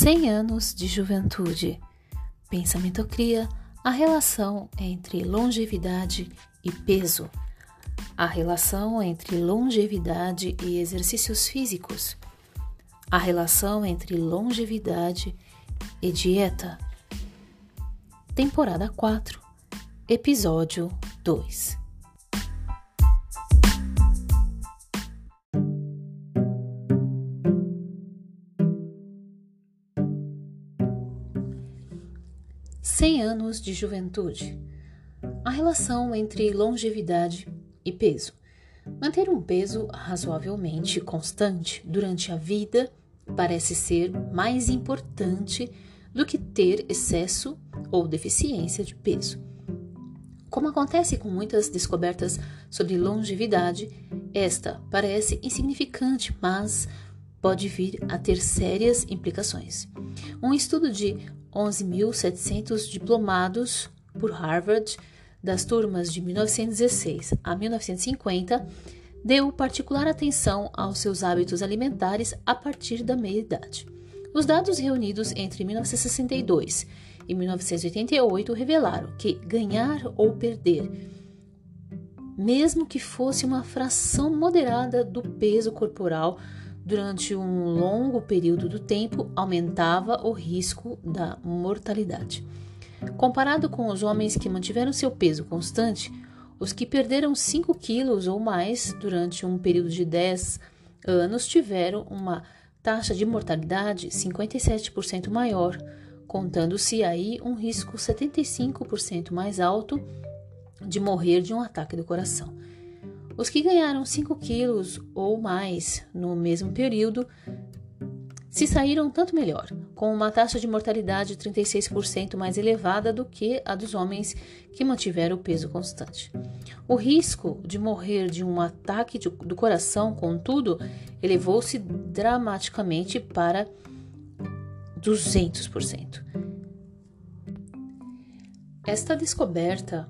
100 anos de juventude. Pensamento cria a relação entre longevidade e peso, a relação entre longevidade e exercícios físicos, a relação entre longevidade e dieta. Temporada 4, episódio 2. Cem anos de juventude. A relação entre longevidade e peso. Manter um peso razoavelmente constante durante a vida parece ser mais importante do que ter excesso ou deficiência de peso. Como acontece com muitas descobertas sobre longevidade, esta parece insignificante, mas pode vir a ter sérias implicações. Um estudo de 11.700 diplomados por Harvard das turmas de 1916 a 1950 deu particular atenção aos seus hábitos alimentares a partir da meia-idade. Os dados reunidos entre 1962 e 1988 revelaram que ganhar ou perder, mesmo que fosse uma fração moderada do peso corporal durante um longo período do tempo, aumentava o risco da mortalidade. Comparado com os homens que mantiveram seu peso constante, os que perderam 5 quilos ou mais durante um período de 10 anos tiveram uma taxa de mortalidade 57% maior, contando-se aí um risco 75% mais alto de morrer de um ataque do coração. Os que ganharam 5 quilos ou mais no mesmo período se saíram tanto melhor, com uma taxa de mortalidade 36% mais elevada do que a dos homens que mantiveram o peso constante. O risco de morrer de um ataque do coração, contudo, elevou-se dramaticamente para 200%. Esta descoberta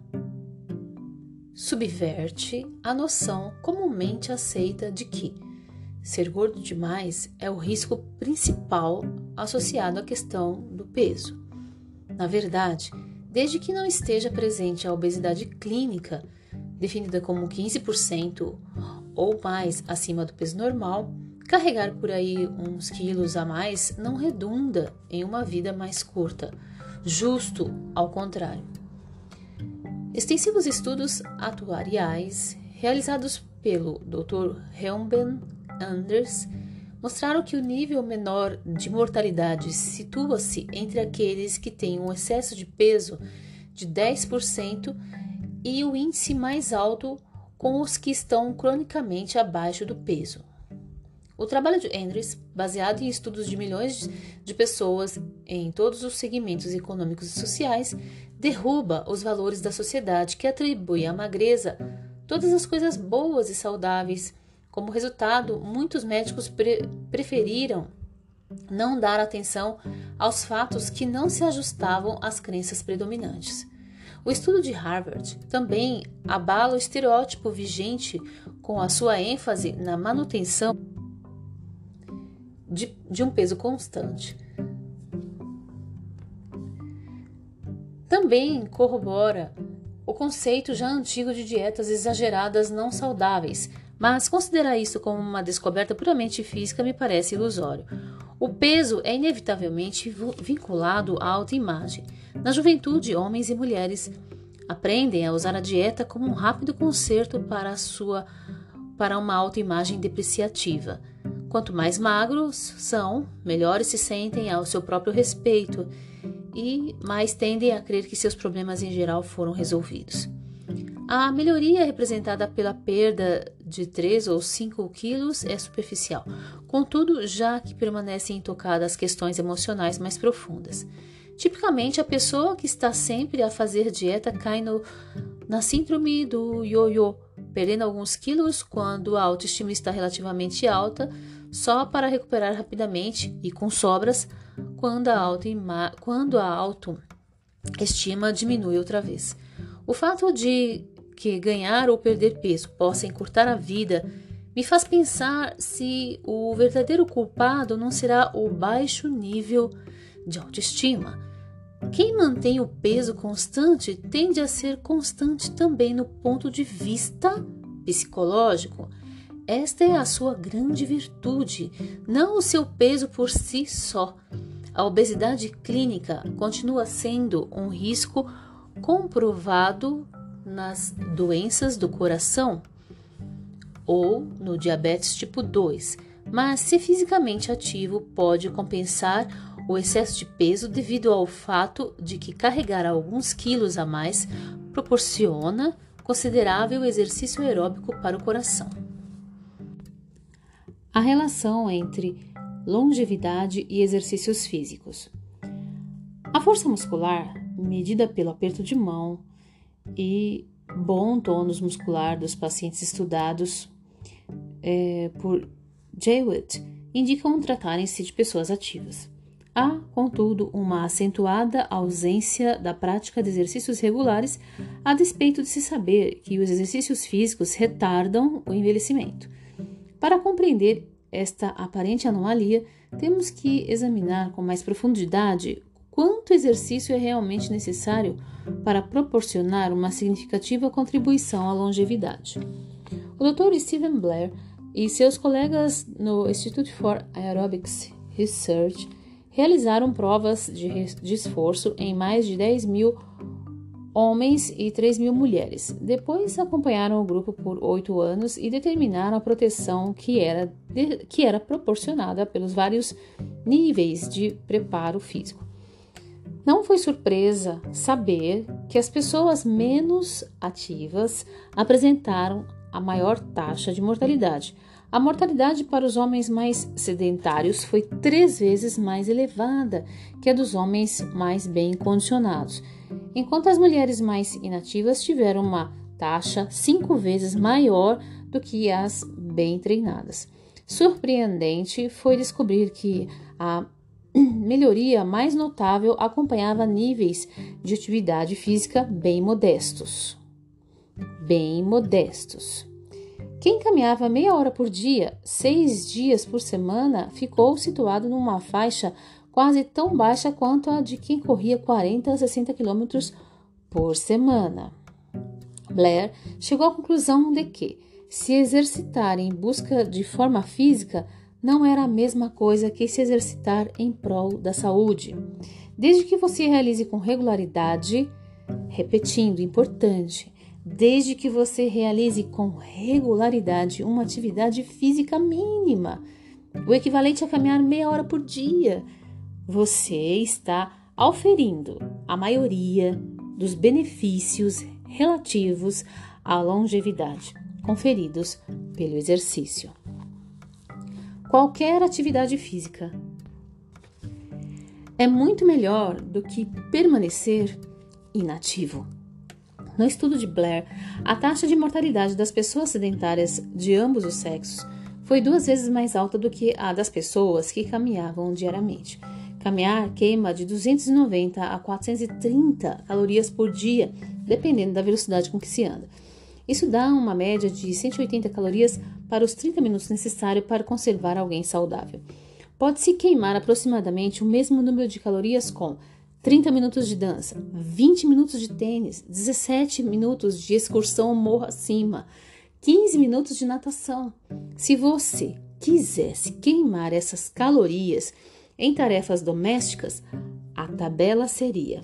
subverte a noção comumente aceita de que ser gordo demais é o risco principal associado à questão do peso. Na verdade, desde que não esteja presente a obesidade clínica, definida como 15% ou mais acima do peso normal, carregar por aí uns quilos a mais não redunda em uma vida mais curta, justo ao contrário. Extensivos estudos atuariais realizados pelo Dr. Reuben Anders mostraram que o nível menor de mortalidade situa-se entre aqueles que têm um excesso de peso de 10% e o índice mais alto com os que estão cronicamente abaixo do peso. O trabalho de Anders, baseado em estudos de milhões de pessoas em todos os segmentos econômicos e sociais, derruba os valores da sociedade que atribui à magreza todas as coisas boas e saudáveis. Como resultado, muitos médicos preferiram não dar atenção aos fatos que não se ajustavam às crenças predominantes. O estudo de Harvard também abala o estereótipo vigente com a sua ênfase na manutenção de um peso constante. Também corrobora o conceito já antigo de dietas exageradas não saudáveis, mas considerar isso como uma descoberta puramente física me parece ilusório. O peso é inevitavelmente vinculado à autoimagem. Na juventude, homens e mulheres aprendem a usar a dieta como um rápido conserto para uma autoimagem depreciativa. Quanto mais magros são, melhores se sentem ao seu próprio respeito e mais tendem a crer que seus problemas em geral foram resolvidos. A melhoria representada pela perda de 3 ou 5 quilos é superficial, contudo, já que permanecem intocadas as questões emocionais mais profundas. Tipicamente, a pessoa que está sempre a fazer dieta cai na síndrome do ioiô, perdendo alguns quilos quando a autoestima está relativamente alta, só para recuperar rapidamente e com sobras quando a autoestima diminui outra vez. O fato de que ganhar ou perder peso possa encurtar a vida me faz pensar se o verdadeiro culpado não será o baixo nível de autoestima. Quem mantém o peso constante tende a ser constante também no ponto de vista psicológico. Esta é a sua grande virtude, não o seu peso por si só. A obesidade clínica continua sendo um risco comprovado nas doenças do coração ou no diabetes tipo 2, mas se fisicamente ativo pode compensar o excesso de peso devido ao fato de que carregar alguns quilos a mais proporciona considerável exercício aeróbico para o coração. A relação entre longevidade e exercícios físicos. A força muscular, medida pelo aperto de mão e bom tônus muscular dos pacientes estudados por Jewett, indicam tratarem-se de pessoas ativas. Há, contudo, uma acentuada ausência da prática de exercícios regulares, a despeito de se saber que os exercícios físicos retardam o envelhecimento. Para compreender esta aparente anomalia, temos que examinar com mais profundidade quanto exercício é realmente necessário para proporcionar uma significativa contribuição à longevidade. O Dr. Stephen Blair e seus colegas no Institute for Aerobics Research realizaram provas de esforço em mais de 10.000 homens e 3.000 mulheres. Depois acompanharam o grupo por 8 anos e determinaram a proteção que era proporcionada pelos vários níveis de preparo físico. Não foi surpresa saber que as pessoas menos ativas apresentaram a maior taxa de mortalidade. A mortalidade para os homens mais sedentários foi 3 vezes mais elevada que a dos homens mais bem condicionados, enquanto as mulheres mais inativas tiveram uma taxa 5 vezes maior do que as bem treinadas. Surpreendente foi descobrir que a melhoria mais notável acompanhava níveis de atividade física bem modestos. Quem caminhava meia hora por dia, 6 dias por semana, ficou situado numa faixa quase tão baixa quanto a de quem corria 40 a 60 km por semana. Blair chegou à conclusão de que se exercitar em busca de forma física não era a mesma coisa que se exercitar em prol da saúde. Desde que você realize com regularidade, repetindo, importante, desde que você realize com regularidade uma atividade física mínima, o equivalente a caminhar meia hora por dia, você está auferindo a maioria dos benefícios relativos à longevidade conferidos pelo exercício. Qualquer atividade física é muito melhor do que permanecer inativo. No estudo de Blair, a taxa de mortalidade das pessoas sedentárias de ambos os sexos foi 2 vezes mais alta do que a das pessoas que caminhavam diariamente. Caminhar queima de 290 a 430 calorias por dia, dependendo da velocidade com que se anda. Isso dá uma média de 180 calorias para os 30 minutos necessários para conservar alguém saudável. Pode-se queimar aproximadamente o mesmo número de calorias com 30 minutos de dança, 20 minutos de tênis, 17 minutos de excursão morro acima, 15 minutos de natação. Se você quisesse queimar essas calorias em tarefas domésticas, a tabela seria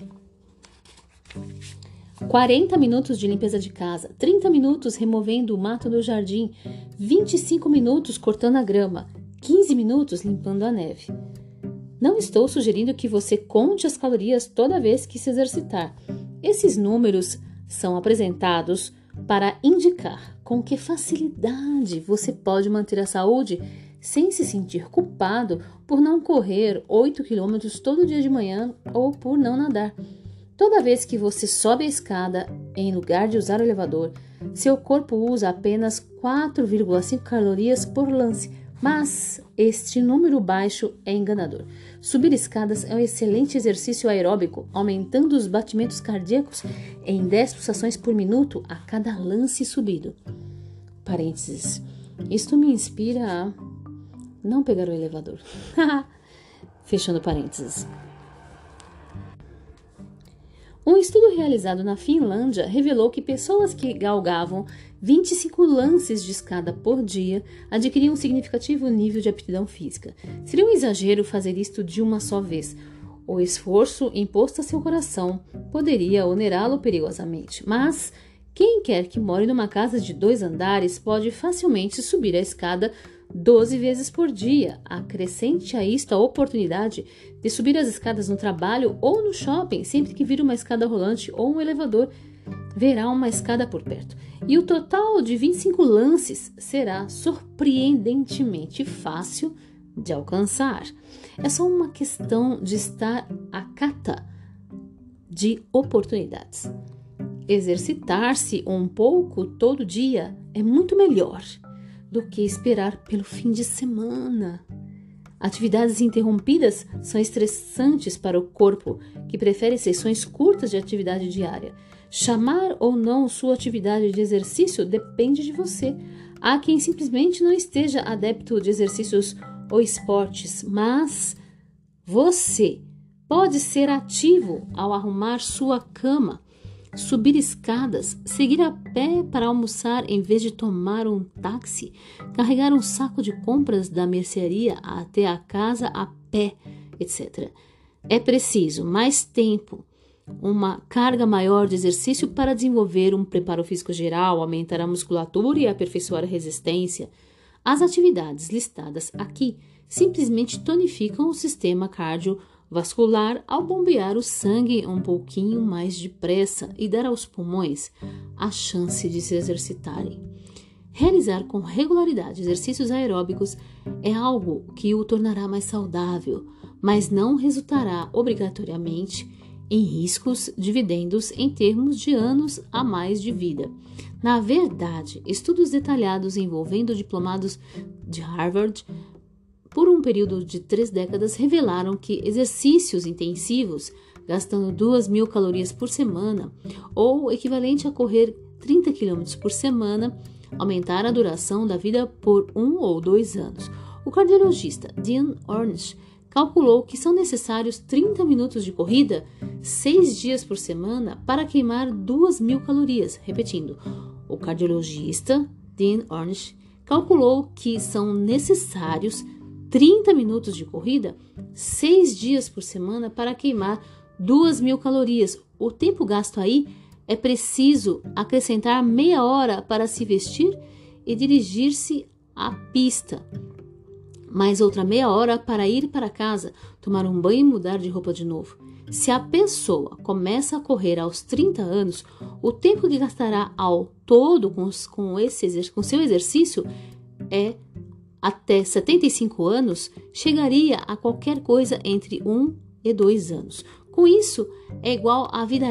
40 minutos de limpeza de casa, 30 minutos removendo o mato do jardim, 25 minutos cortando a grama, 15 minutos limpando a neve. Não estou sugerindo que você conte as calorias toda vez que se exercitar. Esses números são apresentados para indicar com que facilidade você pode manter a saúde sem se sentir culpado por não correr 8 km todo dia de manhã ou por não nadar. Toda vez que você sobe a escada em lugar de usar o elevador, seu corpo usa apenas 4,5 calorias por lance, mas este número baixo é enganador. Subir escadas é um excelente exercício aeróbico, aumentando os batimentos cardíacos em 10 pulsações por minuto a cada lance subido. Parênteses. Isto me inspira a não pegar o elevador. Fechando parênteses. Um estudo realizado na Finlândia revelou que pessoas que galgavam 25 lances de escada por dia adquiriam um significativo nível de aptidão física. Seria um exagero fazer isto de uma só vez. O esforço imposto a seu coração poderia onerá-lo perigosamente, mas quem quer que more numa casa de 2 andares pode facilmente subir a escada 12 vezes por dia. Acrescente a isto a oportunidade de subir as escadas no trabalho ou no shopping. Sempre que vir uma escada rolante ou um elevador, verá uma escada por perto. E o total de 25 lances será surpreendentemente fácil de alcançar. É só uma questão de estar à cata de oportunidades. Exercitar-se um pouco todo dia é muito melhor do que esperar pelo fim de semana. Atividades interrompidas são estressantes para o corpo, que prefere sessões curtas de atividade diária. Chamar ou não sua atividade de exercício depende de você. Há quem simplesmente não esteja adepto de exercícios ou esportes, mas você pode ser ativo ao arrumar sua cama, subir escadas, seguir a pé para almoçar em vez de tomar um táxi, carregar um saco de compras da mercearia até a casa a pé, etc. É preciso mais tempo, uma carga maior de exercício para desenvolver um preparo físico geral, aumentar a musculatura e aperfeiçoar a resistência. As atividades listadas aqui simplesmente tonificam o sistema cardiovascular ao bombear o sangue um pouquinho mais depressa e dar aos pulmões a chance de se exercitarem. Realizar com regularidade exercícios aeróbicos é algo que o tornará mais saudável, mas não resultará obrigatoriamente em riscos dividendos em termos de anos a mais de vida. Na verdade, estudos detalhados envolvendo diplomados de Harvard por um período de 3 décadas revelaram que exercícios intensivos, gastando 2.000 calorias por semana, ou o equivalente a correr 30 km por semana, aumentaram a duração da vida por 1 ou 2 anos. O cardiologista Dean Ornish calculou que são necessários 30 minutos de corrida 6 dias por semana para queimar 2.000 calorias. Repetindo, o cardiologista Dean Ornish calculou que são necessários 30 minutos de corrida 6 dias por semana para queimar 2.000 calorias. O tempo gasto aí é preciso acrescentar meia hora para se vestir e dirigir-se à pista, mais outra meia hora para ir para casa, tomar um banho e mudar de roupa de novo. Se a pessoa começa a correr aos 30 anos, o tempo que gastará ao todo com seu exercício é até 75 anos, chegaria a qualquer coisa entre 1 e 2 anos. Com isso, é igual à vida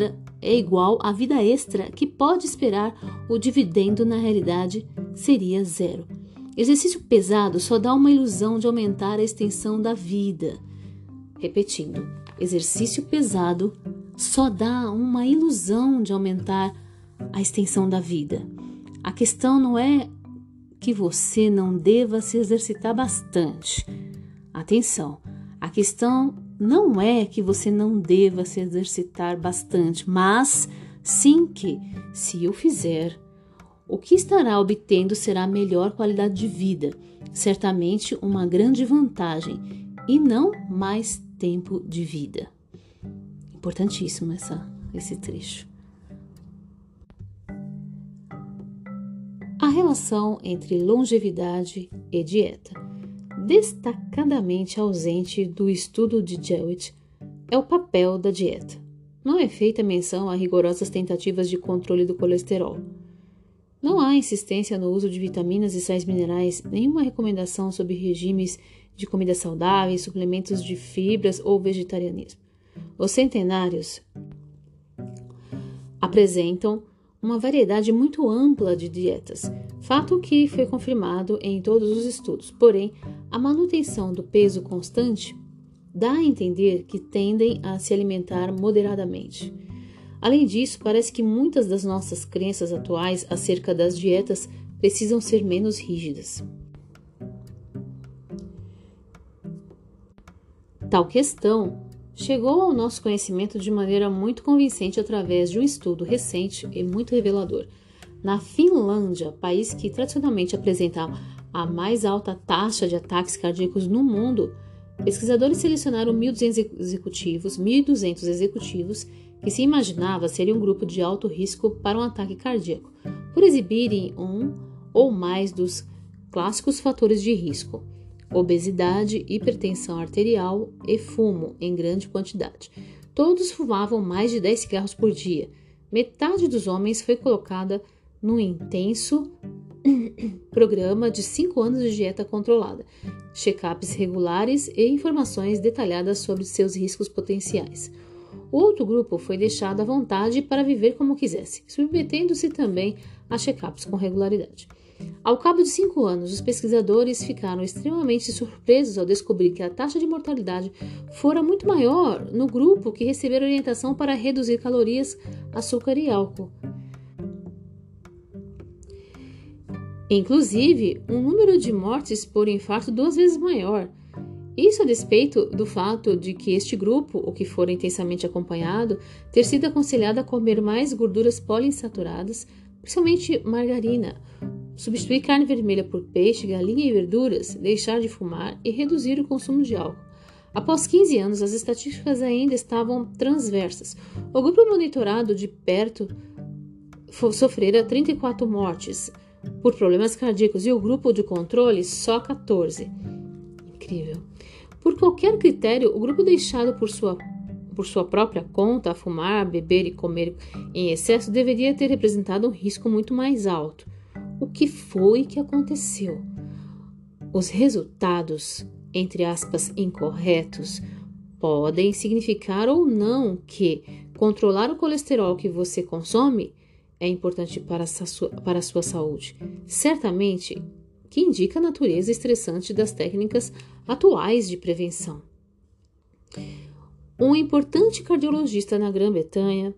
extra que pode esperar. O dividendo na realidade seria 0. Exercício pesado só dá uma ilusão de aumentar a extensão da vida. Repetindo, exercício pesado só dá uma ilusão de aumentar a extensão da vida. A questão não é que você não deva se exercitar bastante. Atenção, a questão não é que você não deva se exercitar bastante, mas sim que, se o fizer, o que estará obtendo será melhor qualidade de vida, certamente uma grande vantagem, e não mais tempo de vida. Importantíssimo esse trecho. A relação entre longevidade e dieta, destacadamente ausente do estudo de Jewett, é o papel da dieta. Não é feita menção a rigorosas tentativas de controle do colesterol. Não há insistência no uso de vitaminas e sais minerais, nenhuma recomendação sobre regimes de comida saudáveis, suplementos de fibras ou vegetarianismo. Os centenários apresentam uma variedade muito ampla de dietas, fato que foi confirmado em todos os estudos. Porém, a manutenção do peso constante dá a entender que tendem a se alimentar moderadamente. Além disso, parece que muitas das nossas crenças atuais acerca das dietas precisam ser menos rígidas. Tal questão chegou ao nosso conhecimento de maneira muito convincente através de um estudo recente e muito revelador. Na Finlândia, país que tradicionalmente apresenta a mais alta taxa de ataques cardíacos no mundo, pesquisadores selecionaram 1.200 executivos que se imaginava seria um grupo de alto risco para um ataque cardíaco, por exibirem um ou mais dos clássicos fatores de risco: obesidade, hipertensão arterial e fumo em grande quantidade. Todos fumavam mais de 10 cigarros por dia. Metade dos homens foi colocada num intenso programa de 5 anos de dieta controlada, check-ups regulares e informações detalhadas sobre seus riscos potenciais. O outro grupo foi deixado à vontade para viver como quisesse, submetendo-se também a check-ups com regularidade. Ao cabo de 5 anos, os pesquisadores ficaram extremamente surpresos ao descobrir que a taxa de mortalidade fora muito maior no grupo que receberam orientação para reduzir calorias, açúcar e álcool. Inclusive, um número de mortes por infarto 2 vezes maior. Isso a despeito do fato de que este grupo, o que for intensamente acompanhado, ter sido aconselhado a comer mais gorduras poliinsaturadas, principalmente margarina, substituir carne vermelha por peixe, galinha e verduras, deixar de fumar e reduzir o consumo de álcool. Após 15 anos, as estatísticas ainda estavam transversas. O grupo monitorado de perto sofrera 34 mortes por problemas cardíacos e o grupo de controle só 14. Incrível. Por qualquer critério, o grupo deixado por sua própria conta a fumar, beber e comer em excesso deveria ter representado um risco muito mais alto. O que foi que aconteceu? Os resultados, entre aspas, incorretos, podem significar ou não que controlar o colesterol que você consome é importante para a sua saúde. Certamente que indica a natureza estressante das técnicas atuais de prevenção. Um importante cardiologista na Grã-Bretanha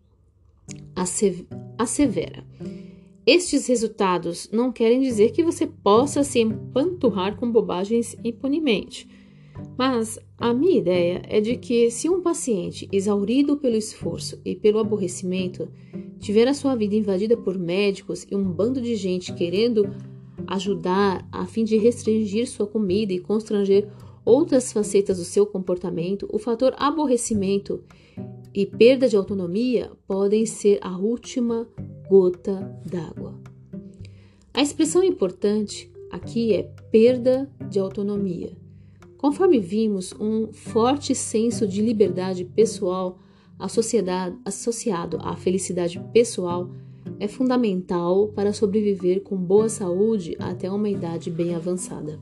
assevera: estes resultados não querem dizer que você possa se empanturrar com bobagens impunemente. Mas a minha ideia é de que se um paciente exaurido pelo esforço e pelo aborrecimento tiver a sua vida invadida por médicos e um bando de gente querendo ajudar a fim de restringir sua comida e constranger outras facetas do seu comportamento, o fator aborrecimento e perda de autonomia podem ser a última gota d'água. A expressão importante aqui é perda de autonomia. Conforme vimos, um forte senso de liberdade pessoal associado à felicidade pessoal é fundamental para sobreviver com boa saúde até uma idade bem avançada.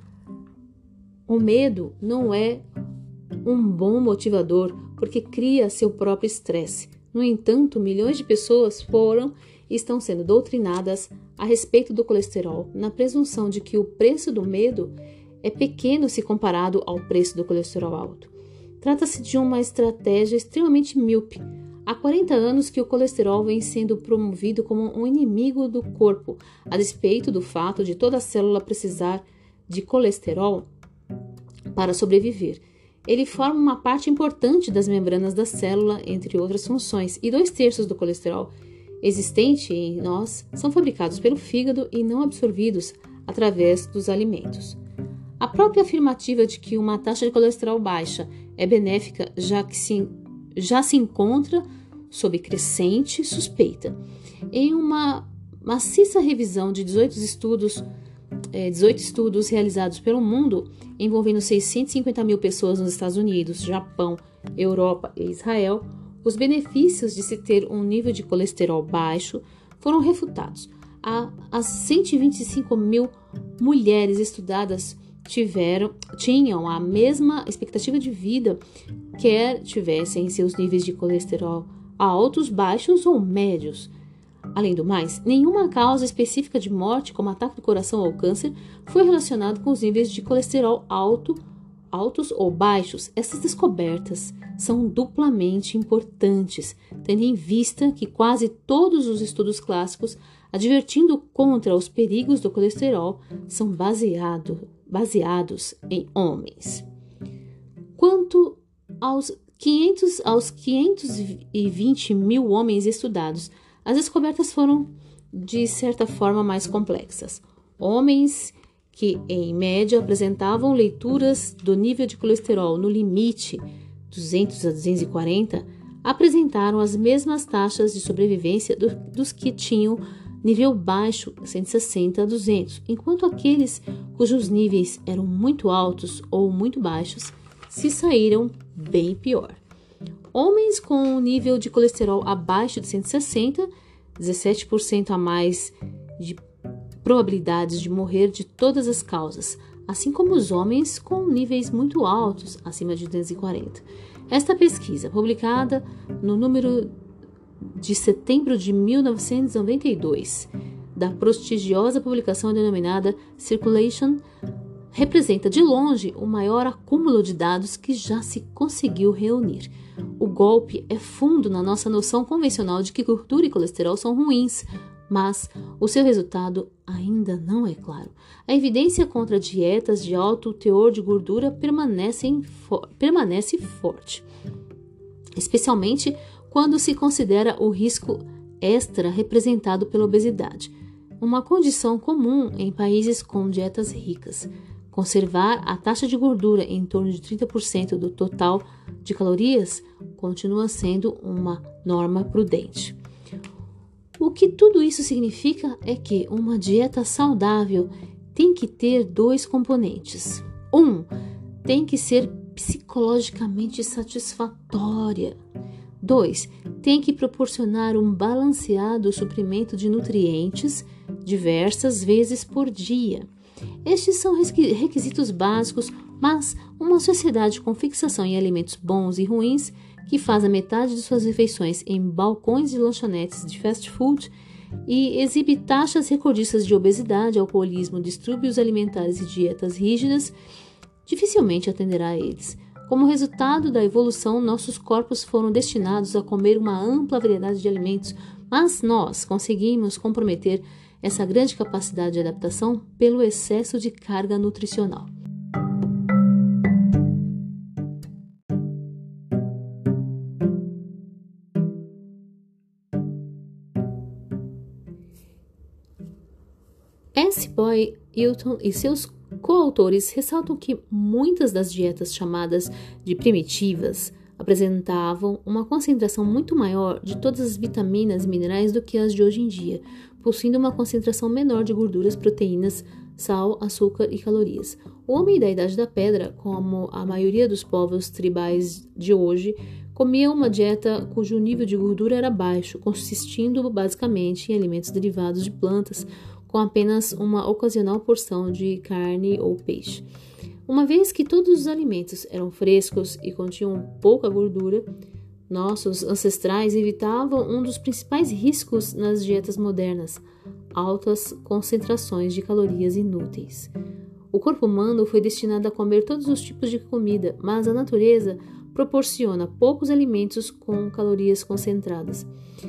O medo não é um bom motivador porque cria seu próprio estresse. No entanto, milhões de pessoas foram e estão sendo doutrinadas a respeito do colesterol, na presunção de que o preço do medo é pequeno se comparado ao preço do colesterol alto. Trata-se de uma estratégia extremamente míope. Há 40 anos que o colesterol vem sendo promovido como um inimigo do corpo, a despeito do fato de toda célula precisar de colesterol para sobreviver. Ele forma uma parte importante das membranas da célula, entre outras funções, e 2/3 do colesterol existente em nós são fabricados pelo fígado e não absorvidos através dos alimentos. A própria afirmativa de que uma taxa de colesterol baixa é benéfica já se encontra sob crescente suspeita. Em uma maciça revisão de 18 estudos realizados pelo mundo, envolvendo 650 mil pessoas nos Estados Unidos, Japão, Europa e Israel, os benefícios de se ter um nível de colesterol baixo foram refutados. As 125 mil mulheres estudadas tinham a mesma expectativa de vida, quer tivessem seus níveis de colesterol altos, baixos ou médios. Além do mais, nenhuma causa específica de morte, como ataque do coração ou câncer, foi relacionada com os níveis de colesterol altos ou baixos. Essas descobertas são duplamente importantes, tendo em vista que quase todos os estudos clássicos advertindo contra os perigos do colesterol, são baseados em homens. Quanto aos 520 mil homens estudados, as descobertas foram, de certa forma, mais complexas. Homens que, em média, apresentavam leituras do nível de colesterol no limite 200 a 240, apresentaram as mesmas taxas de sobrevivência dos que tinham nível baixo, 160 a 200, enquanto aqueles cujos níveis eram muito altos ou muito baixos se saíram bem pior. Homens com nível de colesterol abaixo de 160, 17% a mais de probabilidades de morrer de todas as causas, assim como os homens com níveis muito altos, acima de 240. Esta pesquisa, publicada no número de setembro de 1992, da prestigiosa publicação denominada Circulation, representa de longe o maior acúmulo de dados que já se conseguiu reunir. O golpe é fundo na nossa noção convencional de que gordura e colesterol são ruins, mas o seu resultado ainda não é claro. A evidência contra dietas de alto teor de gordura permanece forte, especialmente quando se considera o risco extra representado pela obesidade, uma condição comum em países com dietas ricas. Conservar a taxa de gordura em torno de 30% do total de calorias continua sendo uma norma prudente. O que tudo isso significa é que uma dieta saudável tem que ter dois componentes. Tem que ser psicologicamente satisfatória. 2. Tem que proporcionar um balanceado suprimento de nutrientes diversas vezes por dia. Estes são requisitos básicos, mas uma sociedade com fixação em alimentos bons e ruins, que faz a metade de suas refeições em balcões de lanchonetes de fast food e exibe taxas recordistas de obesidade, alcoolismo, distúrbios alimentares e dietas rígidas, dificilmente atenderá a eles. Como resultado da evolução, nossos corpos foram destinados a comer uma ampla variedade de alimentos, mas nós conseguimos comprometer essa grande capacidade de adaptação pelo excesso de carga nutricional. S. Boy Hilton e seus coautores ressaltam que muitas das dietas chamadas de primitivas apresentavam uma concentração muito maior de todas as vitaminas e minerais do que as de hoje em dia, possuindo uma concentração menor de gorduras, proteínas, sal, açúcar e calorias. O homem da Idade da Pedra, como a maioria dos povos tribais de hoje, comia uma dieta cujo nível de gordura era baixo, consistindo basicamente em alimentos derivados de plantas, com apenas uma ocasional porção de carne ou peixe. Uma vez que todos os alimentos eram frescos e continham pouca gordura, nossos ancestrais evitavam um dos principais riscos nas dietas modernas: altas concentrações de calorias inúteis. O corpo humano foi destinado a comer todos os tipos de comida, mas a natureza proporciona poucos alimentos com calorias concentradas.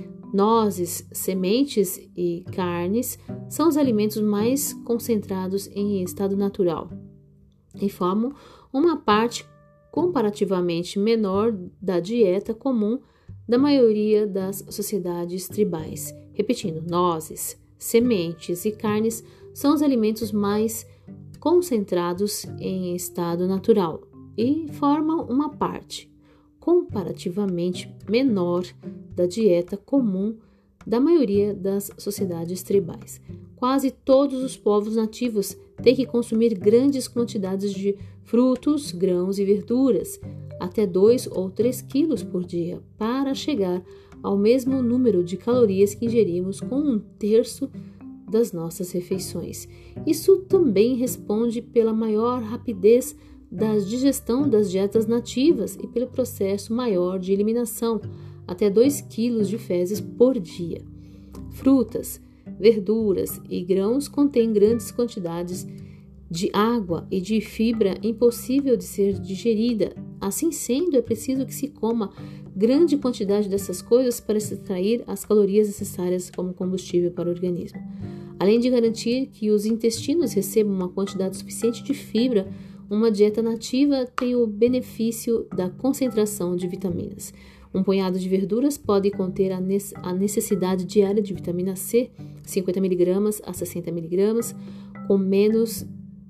Nozes, sementes e carnes são os alimentos mais concentrados em estado natural e formam uma parte comparativamente menor da dieta comum da maioria das sociedades tribais. Repetindo, nozes, sementes e carnes são os alimentos mais concentrados em estado natural e formam uma parte comparativamente menor da dieta comum da maioria das sociedades tribais. Quase todos os povos nativos têm que consumir grandes quantidades de frutos, grãos e verduras, até 2 ou 3 quilos por dia, para chegar ao mesmo número de calorias que ingerimos com 1/3 das nossas refeições. Isso também responde pela maior rapidez da digestão das dietas nativas e pelo processo maior de eliminação, até 2 quilos de fezes por dia. Frutas, verduras e grãos contêm grandes quantidades de água e de fibra impossível de ser digerida. Assim sendo, é preciso que se coma grande quantidade dessas coisas para extrair as calorias necessárias como combustível para o organismo. Além de garantir que os intestinos recebam uma quantidade suficiente de fibra, uma dieta nativa tem o benefício da concentração de vitaminas. Um punhado de verduras pode conter a necessidade diária de vitamina C, 50 mg a 60 mg, com menos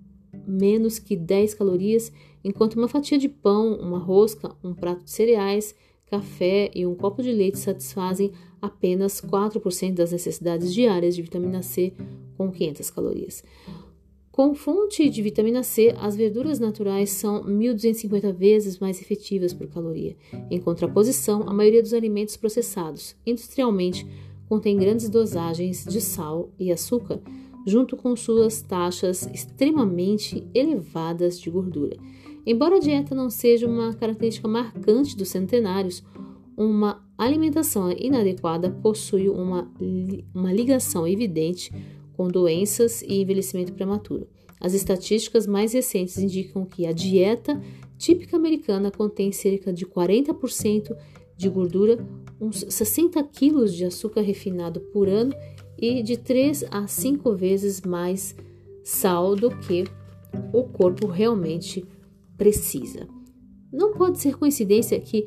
que 10 calorias, enquanto uma fatia de pão, uma rosca, um prato de cereais, café e um copo de leite satisfazem apenas 4% das necessidades diárias de vitamina C, com 500 calorias. Com fonte de vitamina C, as verduras naturais são 1.250 vezes mais efetivas por caloria. Em contraposição, a maioria dos alimentos processados, industrialmente, contém grandes dosagens de sal e açúcar, junto com suas taxas extremamente elevadas de gordura. Embora a dieta não seja uma característica marcante dos centenários, uma alimentação inadequada possui uma ligação evidente com doenças e envelhecimento prematuro. As estatísticas mais recentes indicam que a dieta típica americana contém cerca de 40% de gordura, uns 60 quilos de açúcar refinado por ano e de 3 a 5 vezes mais sal do que o corpo realmente precisa. Não pode ser coincidência que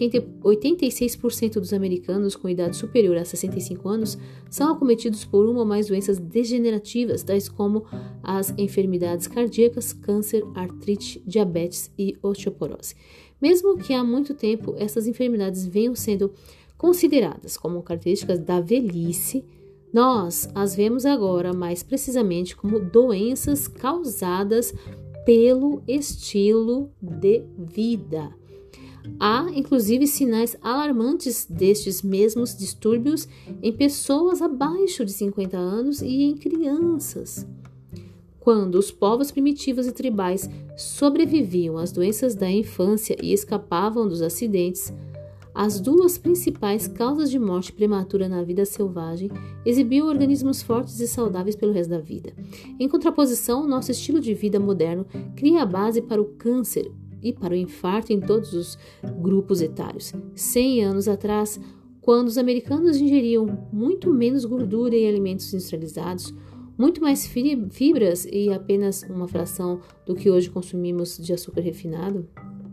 86% dos americanos com idade superior a 65 anos são acometidos por uma ou mais doenças degenerativas, tais como as enfermidades cardíacas, câncer, artrite, diabetes e osteoporose. Mesmo que há muito tempo essas enfermidades venham sendo consideradas como características da velhice, nós as vemos agora mais precisamente como doenças causadas pelo estilo de vida. Há, inclusive, sinais alarmantes destes mesmos distúrbios em pessoas abaixo de 50 anos e em crianças. Quando os povos primitivos e tribais sobreviviam às doenças da infância e escapavam dos acidentes, as duas principais causas de morte prematura na vida selvagem exibiam organismos fortes e saudáveis pelo resto da vida. Em contraposição, nosso estilo de vida moderno cria a base para o câncer e para o infarto em todos os grupos etários. 100 anos atrás, quando os americanos ingeriam muito menos gordura em alimentos industrializados, muito mais fibras e apenas uma fração do que hoje consumimos de açúcar refinado,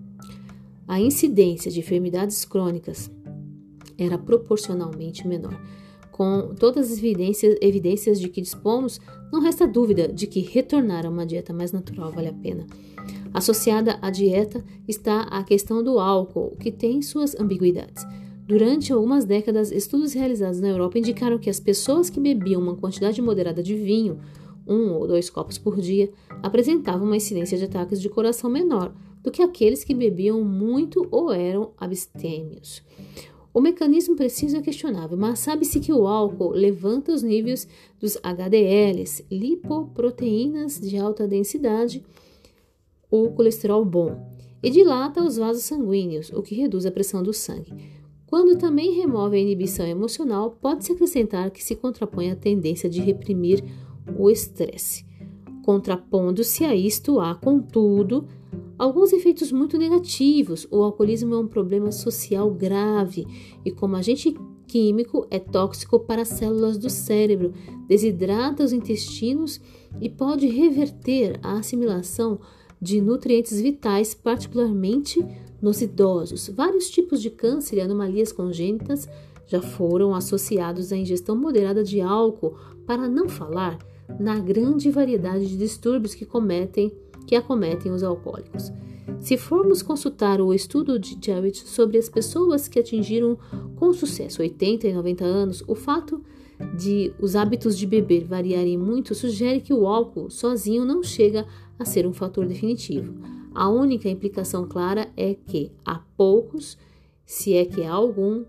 a incidência de enfermidades crônicas era proporcionalmente menor. Com todas as evidências de que dispomos, não resta dúvida de que retornar a uma dieta mais natural vale a pena. Associada à dieta está a questão do álcool, que tem suas ambiguidades. Durante algumas décadas, estudos realizados na Europa indicaram que as pessoas que bebiam uma quantidade moderada de vinho, 1 ou 2 copos por dia, apresentavam uma incidência de ataques de coração menor do que aqueles que bebiam muito ou eram abstêmios. O mecanismo preciso é questionável, mas sabe-se que o álcool levanta os níveis dos HDLs, lipoproteínas de alta densidade, o colesterol bom, e dilata os vasos sanguíneos, o que reduz a pressão do sangue. Quando também remove a inibição emocional, pode-se acrescentar que se contrapõe a tendência de reprimir o estresse. Contrapondo-se a isto, há, contudo, alguns efeitos muito negativos. O alcoolismo é um problema social grave e, como agente químico, é tóxico para as células do cérebro, desidrata os intestinos e pode reverter a assimilação de nutrientes vitais, particularmente nos idosos. Vários tipos de câncer e anomalias congênitas já foram associados à ingestão moderada de álcool, para não falar na grande variedade de distúrbios que acometem os alcoólicos. Se formos consultar o estudo de Jarrett sobre as pessoas que atingiram com sucesso 80 e 90 anos, o fato de os hábitos de beber variarem muito sugere que o álcool sozinho não chega a ser um fator definitivo. A única implicação clara é que há poucos, se é que há algum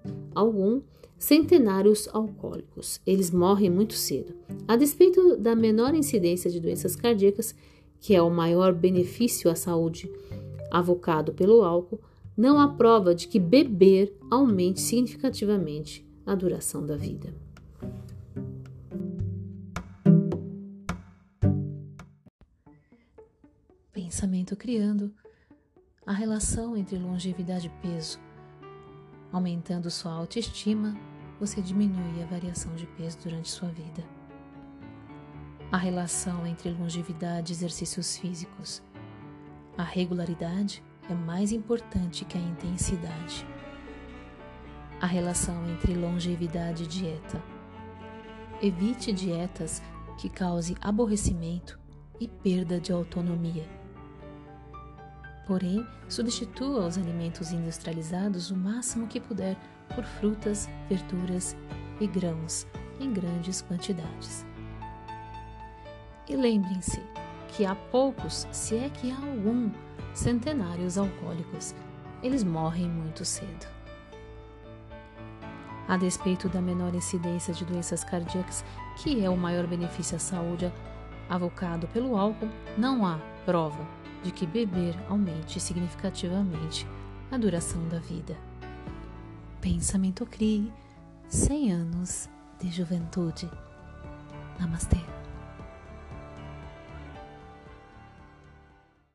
centenários alcoólicos. Eles morrem muito cedo. A despeito da menor incidência de doenças cardíacas, que é o maior benefício à saúde avocado pelo álcool, não há prova de que beber aumente significativamente a duração da vida. Pensamento criando a relação entre longevidade e peso. Aumentando sua autoestima, você diminui a variação de peso durante sua vida. A relação entre longevidade e exercícios físicos. A regularidade é mais importante que a intensidade. A relação entre longevidade e dieta. Evite dietas que causem aborrecimento e perda de autonomia. Porém, substitua os alimentos industrializados o máximo que puder por frutas, verduras e grãos em grandes quantidades. E lembrem-se que há poucos, se é que há algum, centenários alcoólicos. Eles morrem muito cedo. A despeito da menor incidência de doenças cardíacas, que é o maior benefício à saúde avocado pelo álcool, não há prova de que beber aumente significativamente a duração da vida. Pensamento CRI, 100 anos de juventude. Namastê.